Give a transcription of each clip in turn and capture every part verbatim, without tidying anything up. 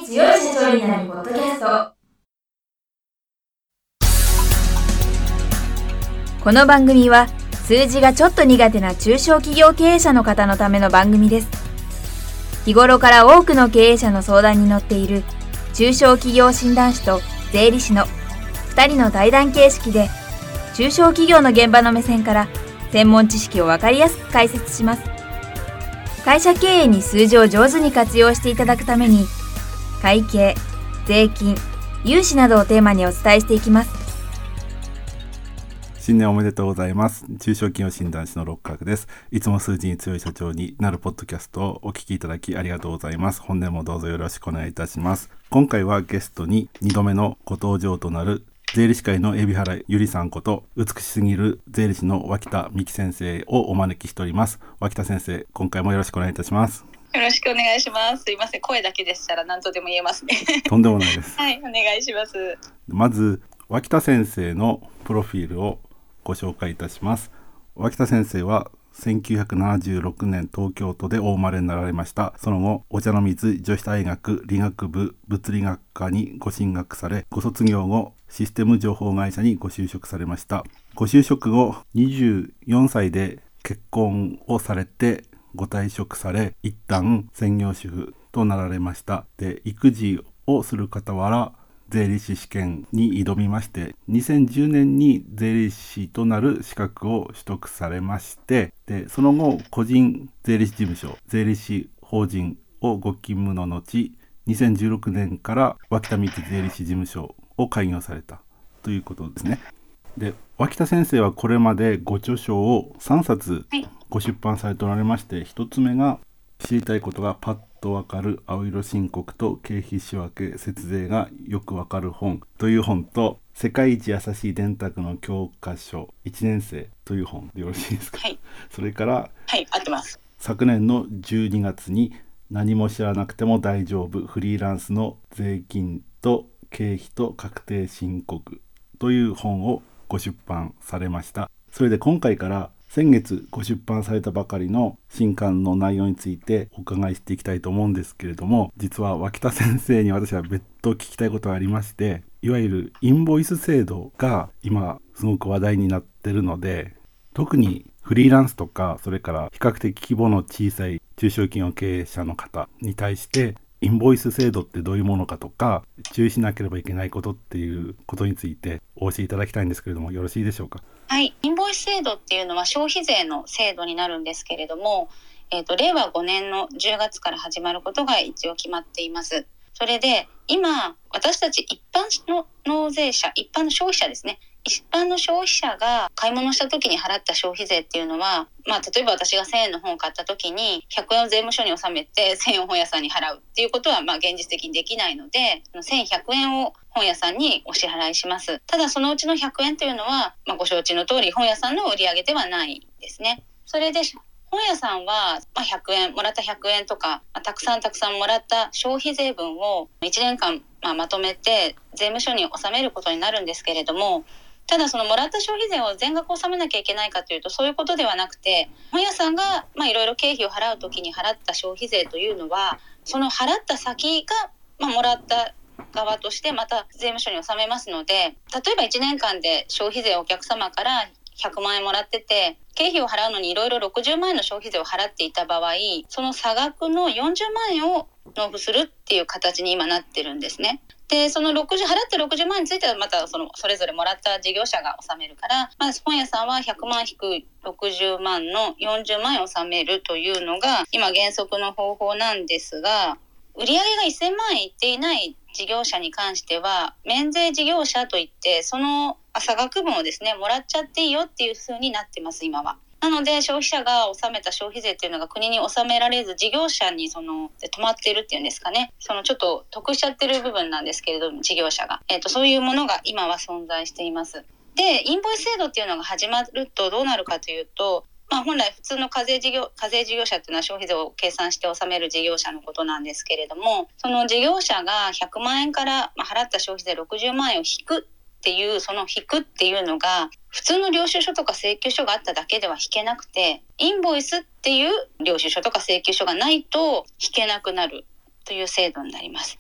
強い社長になるポッドキャスト。この番組は数字がちょっと苦手な中小企業経営者の方のための番組です。日頃から多くの経営者の相談に乗っている中小企業診断士と税理士のふたりの対談形式で、中小企業の現場の目線から専門知識を分かりやすく解説します。会社経営に数字を上手に活用していただくために、会計、税金、融資などをテーマにお伝えしていきます。 新年おめでとうございます。中小企業診断士の六角です。いつも数字に強い社長になるポッドキャストをお聞きいただきありがとうございます。本年もどうぞよろしくお願いいたします。今回はゲストににどめのご登場となる税理士会の海老原ゆりさんこと美しすぎる税理士の脇田美希先生をお招きしております。脇田先生、今回もよろしくお願いいたします。 よろしくお願いします。すいません、声だけでしたら何とでも言えますね。 とんでもないですはい、お願いします。 まず脇田先生のプロフィールをご紹介いたします。脇田先生はせんきゅうひゃくななじゅうろくねん東京都でお生まれになられました。その後、お茶の水女子大学理学部物理学科にご進学され、ご卒業後システム情報会社にご就職されました。ご就職後にじゅうよんさいで結婚をされてご退職され、一旦専業主婦となられました。で、育児をする傍ら税理士試験に挑みまして、にせんじゅうねんに税理士となる資格を取得されまして、でその後個人税理士事務所税理士法人をご勤務の後、にせんじゅうろくねんから脇田美希税理士事務所を開業されたということですね。で、脇田先生はこれまでご著書をさんさつご出版されておられまして、ひとつめが知りたいことがパッとわかる青色申告と経費仕分け節税がよくわかる本という本と、世界一優しい電卓の教科書いちねん生という本でよろしいですか？ はい、 それからはい合ってます。 昨年のじゅうにがつに何も知らなくても大丈夫フリーランスの税金と経費と確定申告という本をご出版されました。それで今回から先月ご出版されたばかりの新刊の内容についてお伺いしていきたいと思うんですけれども、実は脇田先生に私は別途聞きたいことがありまして、いわゆるインボイス制度が今すごく話題になっているので、特にフリーランスとか、それから比較的規模の小さい中小企業経営者の方に対してインボイス制度ってどういうものかとか、注意しなければいけないことっていうことについてお教えいただきたいんですけれども、よろしいでしょうか？ はい、インボイス制度っていうのは消費税の制度になるんですけれども、えーと、れいわごねんのじゅうがつから始まることが一応決まっています。それで今私たち一般の納税者、一般の消費者ですね、一般の消費者が買い物した時に払った消費税っていうのは、まあ、例えば私がせんえんの本を買った時にひゃくえんを税務署に納めてせんえんを本屋さんに払うっていうことはまあ現実的にできないので、せんひゃくえんを本屋さんにお支払いします。ただそのうちのひゃくえんというのは、まあ、ご承知の通り本屋さんの売り上げではないですね。それで本屋さんはひゃくえんもらったひゃくえんとか、たくさんたくさんもらった消費税分をいちねんかんまあまとめて税務署に納めることになるんですけれども、ただそのもらった消費税を全額納めなきゃいけないかというとそういうことではなくて、本屋さんがいろいろ経費を払うときに払った消費税というのは、その払った先が、まあ、もらった側としてまた税務署に納めますので、例えばいちねんかんで消費税をお客様からひゃくまんえんもらってて、経費を払うのにいろいろろくじゅうまんえんの消費税を払っていた場合、その差額のよんじゅうまんえんを納付するっていう形に今なってるんですね。でそのろくじゅう払ってろくじゅうまんえんについてはまたそのそれぞれもらった事業者が納めるから、まず本屋さんはひゃくまん引くろくじゅうまんのよんじゅうまんえんを納めるというのが今原則の方法なんですが、売上がせんまんえんいっていない事業者に関しては免税事業者といって、その差額分をですねもらっちゃっていいよっていう風になってます今は。なので消費者が納めた消費税っていうのが国に納められず、事業者にその止まっているっていうんですかね、そのちょっと得しちゃってる部分なんですけれども、事業者が、えーと、そういうものが今は存在しています。でインボイス制度っていうのが始まるとどうなるかというと、まあ、本来普通の課税事業、課税事業者っていうのは消費税を計算して納める事業者のことなんですけれども、その事業者がひゃくまんえんから払った消費税ろくじゅうまんえんを引くっていう、その引くっていうのが普通の領収書とか請求書があっただけでは引けなくて、インボイスっていう領収書とか請求書がないと引けなくなるという制度になります。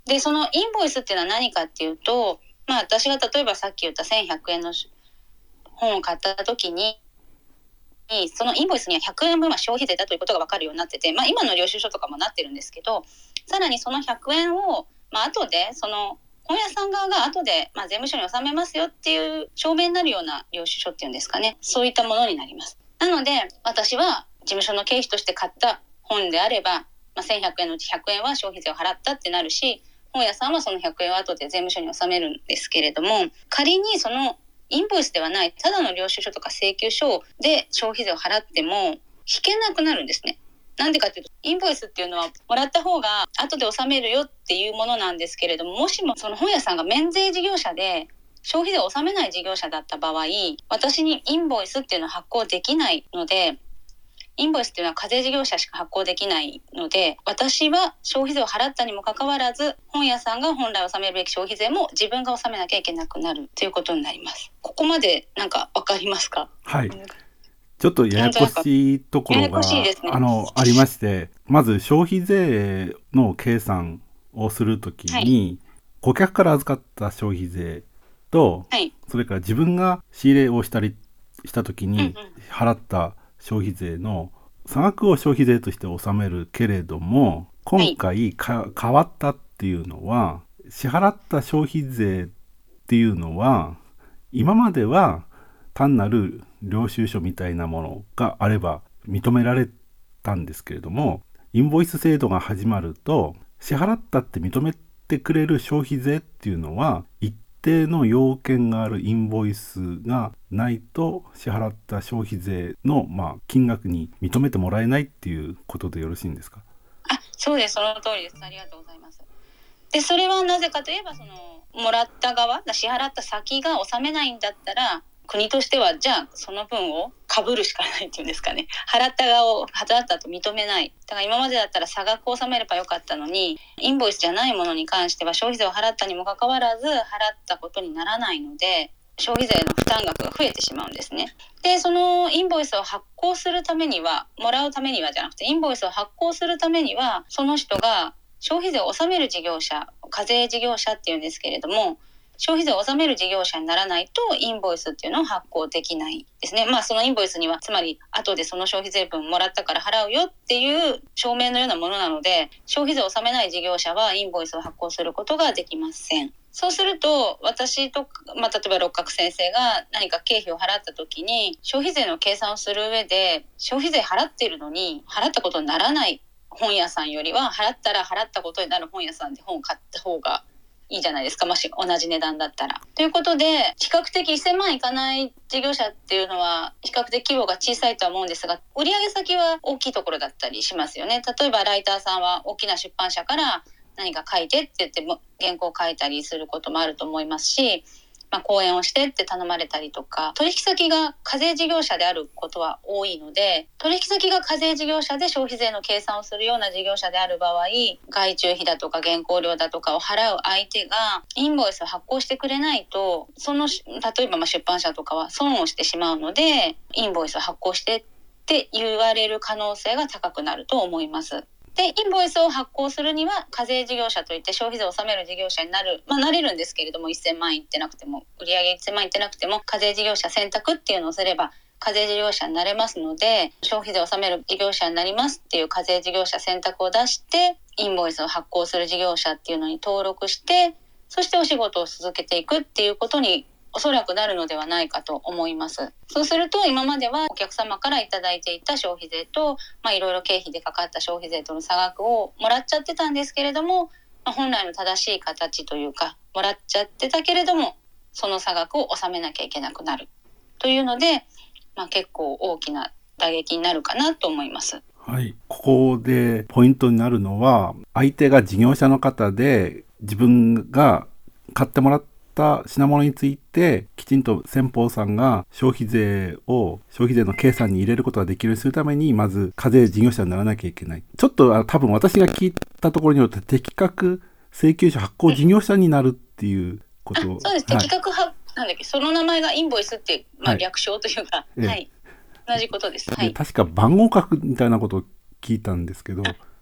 でそのインボイスっていうのは何かっていうと、まあ、私が例えばさっき言ったせんひゃくえんの本を買った時にそのインボイスにはひゃくえんぶんは消費税だということが分かるようになってて、まあ、今の領収書とかもなってるんですけど、さらにそのひゃくえんを、まあ後でその本屋さん側が後でまあ税務署に納めますよっていう証明になるような領収書っていうんですかね、そういったものになります。なので私は事務所の経費として買った本であれば、まあ、せんひゃくえんのうちひゃくえんは消費税を払ったってなるし、本屋さんはそのひゃくえんを後で税務署に納めるんですけれども、仮にそのインボイスではないただの領収書とか請求書で消費税を払っても引けなくなるんですね。なんでかっていうと、インボイスっていうのはもらった方が後で納めるよっていうものなんですけれども、もしもその本屋さんが免税事業者で消費税を納めない事業者だった場合、私にインボイスっていうのは発行できないので、インボイスっていうのは課税事業者しか発行できないので、私は消費税を払ったにもかかわらず、本屋さんが本来納めるべき消費税も自分が納めなきゃいけなくなるということになります。ここまでなんかわかりますか？ はい。ちょっとややこしいところが、ね、あのありまして、まず消費税の計算をするときに、はい、顧客から預かった消費税と、はい、それから自分が仕入れをしたりしたときに払った消費税の差額を消費税として納めるけれども、今回か変わったっていうのは、支払った消費税っていうのは今までは単なる領収書みたいなものがあれば認められたんですけれども、インボイス制度が始まると支払ったって認めてくれる消費税っていうのは一定の要件があるインボイスがないと支払った消費税の、まあ、金額に認めてもらえないっていうことでよろしいんですか？ あ、そうです、その通りです。ありがとうございます。でそれはなぜかといえば、そのもらった側、支払った先が納めないんだったら、国としてはじゃあその分をかぶるしかないっていうんですかね、払った側を払ったと認めない。だから今までだったら差額を納めればよかったのに、インボイスじゃないものに関しては消費税を払ったにもかかわらず払ったことにならないので、消費税の負担額が増えてしまうんですね。でそのインボイスを発行するためには、もらうためにはじゃなくて、インボイスを発行するためには、その人が消費税を納める事業者、課税事業者っていうんですけれども、消費税を納める事業者にならないとインボイスっていうのを発行できないですね。まあそのインボイスにはつまり後でその消費税分もらったから払うよっていう証明のようなものなので、消費税を納めない事業者はインボイスを発行することができません。そうすると私と、まあ、例えば六角先生が何か経費を払った時に消費税の計算をする上で、消費税払っているのに払ったことにならない本屋さんよりは、払ったら払ったことになる本屋さんで本を買った方がいいじゃないですか、もし同じ値段だったら。ということで比較的せんまんいかない事業者っていうのは比較的規模が小さいとは思うんですが、売上先は大きいところだったりしますよね。例えばライターさんは大きな出版社から何か書いてって言っても原稿を書いたりすることもあると思いますし、まあ、講演をしてって頼まれたりとか、取引先が課税事業者であることは多いので、取引先が課税事業者で消費税の計算をするような事業者である場合、外注費だとか原稿料だとかを払う相手がインボイスを発行してくれないと、その例えばまあ出版社とかは損をしてしまうので、インボイスを発行してって言われる可能性が高くなると思います。でインボイスを発行するには課税事業者といって消費税を納める事業者になる、まあ、なれるんですけれども、せんまんいってなくても、売上せんまんいってなくても課税事業者選択っていうのをすれば課税事業者になれますので、消費税を納める事業者になりますっていう課税事業者選択を出してインボイスを発行する事業者っていうのに登録して、そしてお仕事を続けていくっていうことにおそらくなるのではないかと思います。そうすると今まではお客様からいただいていた消費税と、まあ、いろいろ経費でかかった消費税との差額をもらっちゃってたんですけれども、まあ、本来の正しい形というか、もらっちゃってたけれどもその差額を納めなきゃいけなくなるというので、まあ、結構大きな打撃になるかなと思います。 はい、ここでポイントになるのは、相手が事業者の方で自分が買ってもらった品物についてきちんと先方さんが消費税を消費税の計算に入れることができるようにするために、まず課税事業者にならなきゃいけない。ちょっと多分私が聞いたところによって適格請求書発行事業者になるっていうことを、 そうです、はい、適格はなんだっけ、その名前がインボイスって、まあ、略称というか、はい、はい、同じことです。はい、 確か番号書くみたいなことを聞いたんですけど、 はい、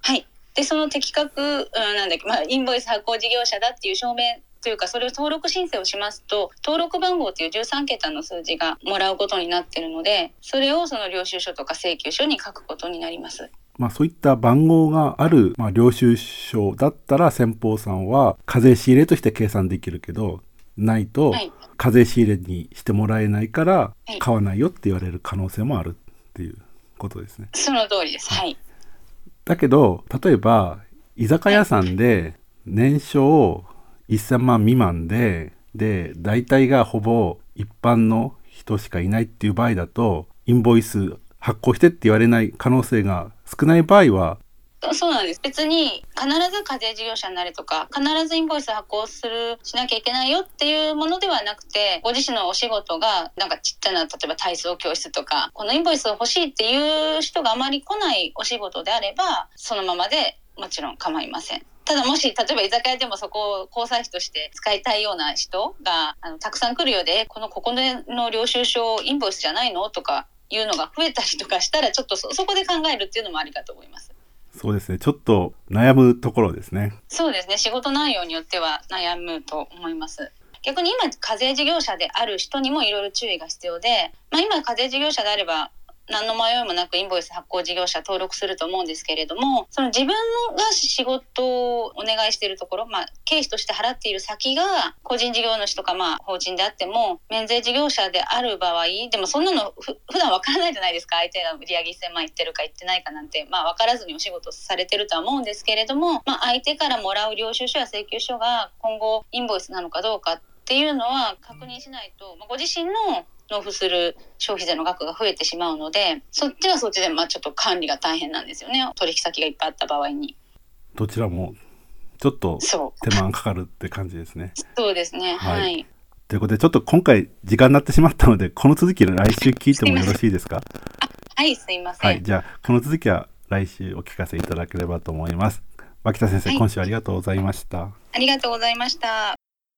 でその適格、うん、なんだっけ、まあ、インボイス発行事業者だっていう証明というか、それを登録申請をしますと登録番号というじゅうさんけたの数字がもらうことになっているので、それをその領収書とか請求書に書くことになります。 まあ、そういった番号がある、まあ、領収書だったら先方さんは課税仕入れとして計算できるけど、ないと課税仕入れにしてもらえないから買わないよって言われる可能性もあるっていうことですね。 その通りです。はい。 だけど例えば居酒屋さんで年商せんまん未満でで大体がほぼ一般の人しかいないっていう場合だと、インボイス発行してって言われない可能性が少ない場合は、 そうなんです。別に必ず課税事業者になれとか必ずインボイス発行するしなきゃいけないよっていうものではなくて、ご自身のお仕事がなんかちっちゃな例えば体操教室とか、このインボイスを欲しいっていう人があまり来ないお仕事であればそのままでもちろん構いません。ただもし例えば居酒屋でもそこを交際費として使いたいような人があのたくさん来るようで、このここの領収書インボイスじゃないのとかいうのが増えたりとかしたら、ちょっと そ, そこで考えるっていうのもありかと思います。 そうですね、ちょっと悩むところですね。 そうですね、仕事内容によっては悩むと思います。逆に今課税事業者である人にもいろいろ注意が必要で、まあ、今課税事業者であれば何の迷いもなくインボイス発行事業者登録すると思うんですけれども、その自分が仕事をお願いしているところ、まあ、経費として払っている先が個人事業主とか、まあ、法人であっても免税事業者である場合でも、そんなのふ普段わからないじゃないですか。相手が売上せんまんいってるかいってないかなんて、まあ、分からずにお仕事されてるとは思うんですけれども、まあ、相手からもらう領収書や請求書が今後インボイスなのかどうかっていうのは確認しないと、まあ、ご自身の納付する消費税の額が増えてしまうので、そっちはそっちでまあちょっと管理が大変なんですよね。取引先がいっぱいあった場合に。 どちらもちょっと手間がかかるって感じですね。 そうですね、はい、はい。 ということでちょっと今回時間になってしまったので、この続き来週聞いてもよろしいですか？ はい、すいません。 はい、じゃあこの続きは来週お聞かせいただければと思います。脇田先生、はい、今週ありがとうございました。 ありがとうございました。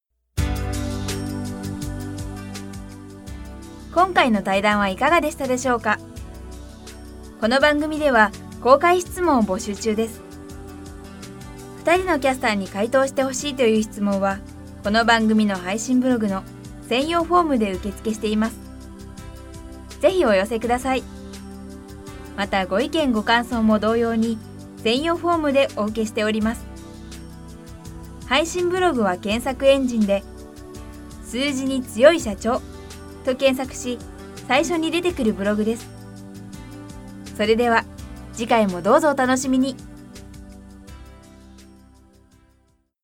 今回の対談はいかがでしたでしょうか。この番組では公開質問を募集中です。ふたりのキャスターに回答してほしいという質問は、この番組の配信ブログの専用フォームで受付しています。ぜひお寄せください。またご意見ご感想も同様に専用フォームでお受けしております。配信ブログは検索エンジンで数字に強い社長と検索し、最初に出てくるブログです。それでは次回もどうぞお楽しみに。